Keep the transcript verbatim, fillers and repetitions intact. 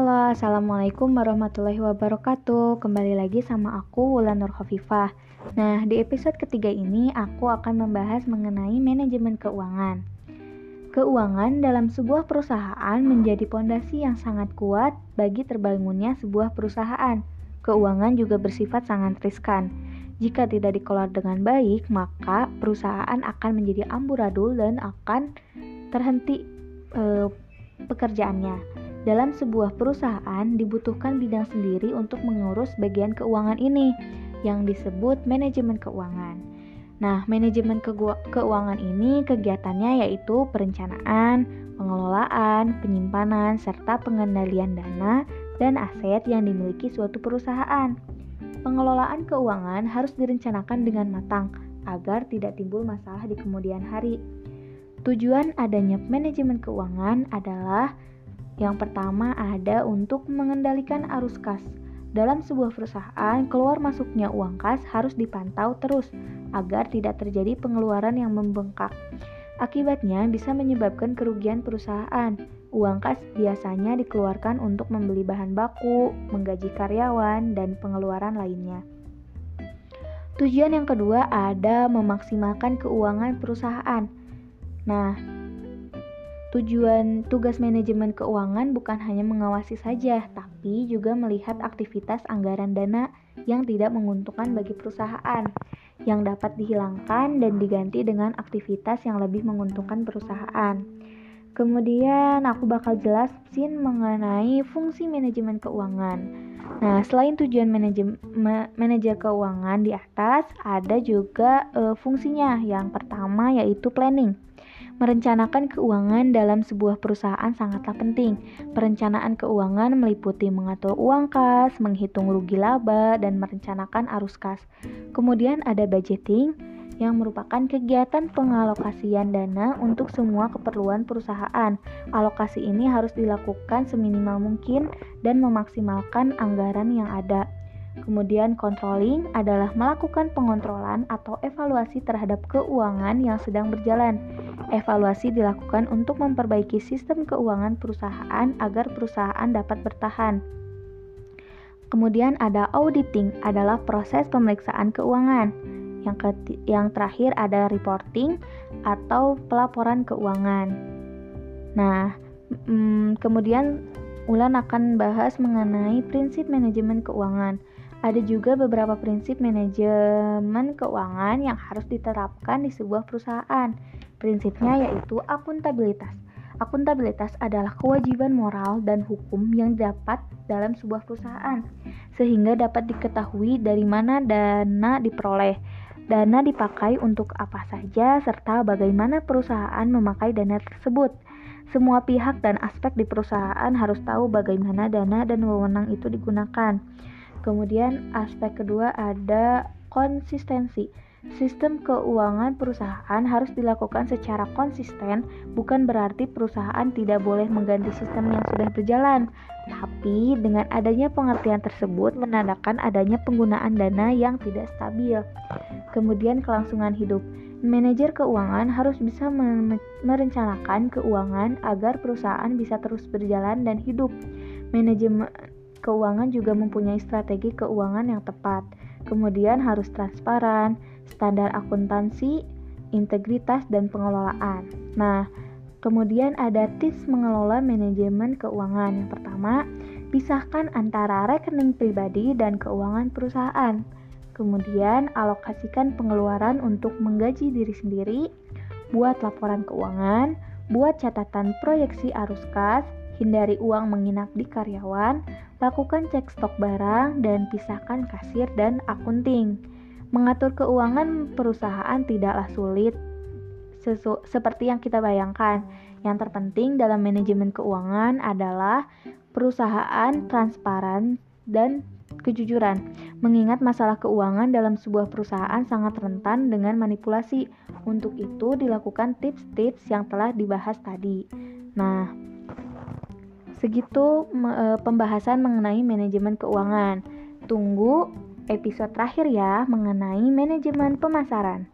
Halo, Assalamualaikum warahmatullahi wabarakatuh. Kembali lagi sama aku, Wulan Nur Khafifah. Nah, di episode ketiga ini aku akan membahas mengenai manajemen keuangan. Keuangan dalam sebuah perusahaan menjadi pondasi yang sangat kuat bagi terbangunnya sebuah perusahaan. Keuangan juga bersifat sangat riskan. Jika tidak dikelola dengan baik, maka perusahaan akan menjadi amburadul dan akan terhenti eh, pekerjaannya. Dalam sebuah perusahaan dibutuhkan bidang sendiri untuk mengurus bagian keuangan ini yang disebut manajemen keuangan. Nah, manajemen ke- keuangan ini kegiatannya yaitu perencanaan, pengelolaan, penyimpanan, serta pengendalian dana dan aset yang dimiliki suatu perusahaan. Pengelolaan keuangan harus direncanakan dengan matang agar tidak timbul masalah di kemudian hari. Tujuan adanya manajemen keuangan adalah yang pertama ada untuk mengendalikan arus kas. Dalam sebuah perusahaan, keluar masuknya uang kas harus dipantau terus agar tidak terjadi pengeluaran yang membengkak. Akibatnya bisa menyebabkan kerugian perusahaan. Uang kas biasanya dikeluarkan untuk membeli bahan baku, menggaji karyawan, dan pengeluaran lainnya. Tujuan yang kedua ada memaksimalkan keuangan perusahaan. Nah, Tujuan tugas manajemen keuangan bukan hanya mengawasi saja, tapi juga melihat aktivitas anggaran dana yang tidak menguntungkan bagi perusahaan, yang dapat dihilangkan dan diganti dengan aktivitas yang lebih menguntungkan perusahaan. Kemudian aku bakal jelasin mengenai fungsi manajemen keuangan. Nah, selain tujuan manajem, ma, manajer keuangan di atas, ada juga e, fungsinya. Yang pertama yaitu planning. Merencanakan keuangan dalam sebuah perusahaan sangatlah penting. Perencanaan keuangan meliputi mengatur uang kas, menghitung rugi laba, dan merencanakan arus kas. Kemudian ada budgeting, yang merupakan kegiatan pengalokasian dana untuk semua keperluan perusahaan. Alokasi ini harus dilakukan seminimal mungkin dan memaksimalkan anggaran yang ada. Kemudian controlling adalah melakukan pengontrolan atau evaluasi terhadap keuangan yang sedang berjalan. Evaluasi dilakukan untuk memperbaiki sistem keuangan perusahaan agar perusahaan dapat bertahan. Kemudian ada auditing, adalah proses pemeriksaan keuangan. Yang, keti- yang terakhir ada reporting atau pelaporan keuangan. Nah, mm, kemudian Ulan akan bahas mengenai prinsip manajemen keuangan. Ada juga beberapa prinsip manajemen keuangan yang harus diterapkan di sebuah perusahaan. Prinsipnya yaitu akuntabilitas. Akuntabilitas adalah kewajiban moral dan hukum yang dapat dalam sebuah perusahaan, sehingga dapat diketahui dari mana dana diperoleh, dana dipakai untuk apa saja, serta bagaimana perusahaan memakai dana tersebut. Semua pihak dan aspek di perusahaan harus tahu bagaimana dana dan wewenang itu digunakan. Kemudian aspek kedua ada konsistensi. Sistem keuangan perusahaan harus dilakukan secara konsisten, bukan berarti perusahaan tidak boleh mengganti sistem yang sudah berjalan. Tapi dengan adanya pengertian tersebut menandakan adanya penggunaan dana yang tidak stabil. Kemudian kelangsungan hidup. Manajer keuangan harus bisa merencanakan keuangan agar perusahaan bisa terus berjalan dan hidup. Manajemen keuangan juga mempunyai strategi keuangan yang tepat. Kemudian harus transparan, standar akuntansi, integritas, dan pengelolaan. Nah, kemudian ada tips mengelola manajemen keuangan. Yang pertama, pisahkan antara rekening pribadi dan keuangan perusahaan. Kemudian alokasikan pengeluaran untuk menggaji diri sendiri, buat laporan keuangan, buat catatan proyeksi arus kas, hindari uang menginap di karyawan, lakukan cek stok barang, dan pisahkan kasir dan akunting. Mengatur keuangan perusahaan tidaklah sulit sesu- seperti yang kita bayangkan. Yang terpenting dalam manajemen keuangan adalah perusahaan transparan dan kejujuran. Mengingat masalah keuangan dalam sebuah perusahaan sangat rentan dengan manipulasi. Untuk itu dilakukan tips-tips yang telah dibahas tadi. Nah, segitu e, pembahasan mengenai manajemen keuangan. Tunggu episode terakhir ya mengenai manajemen pemasaran.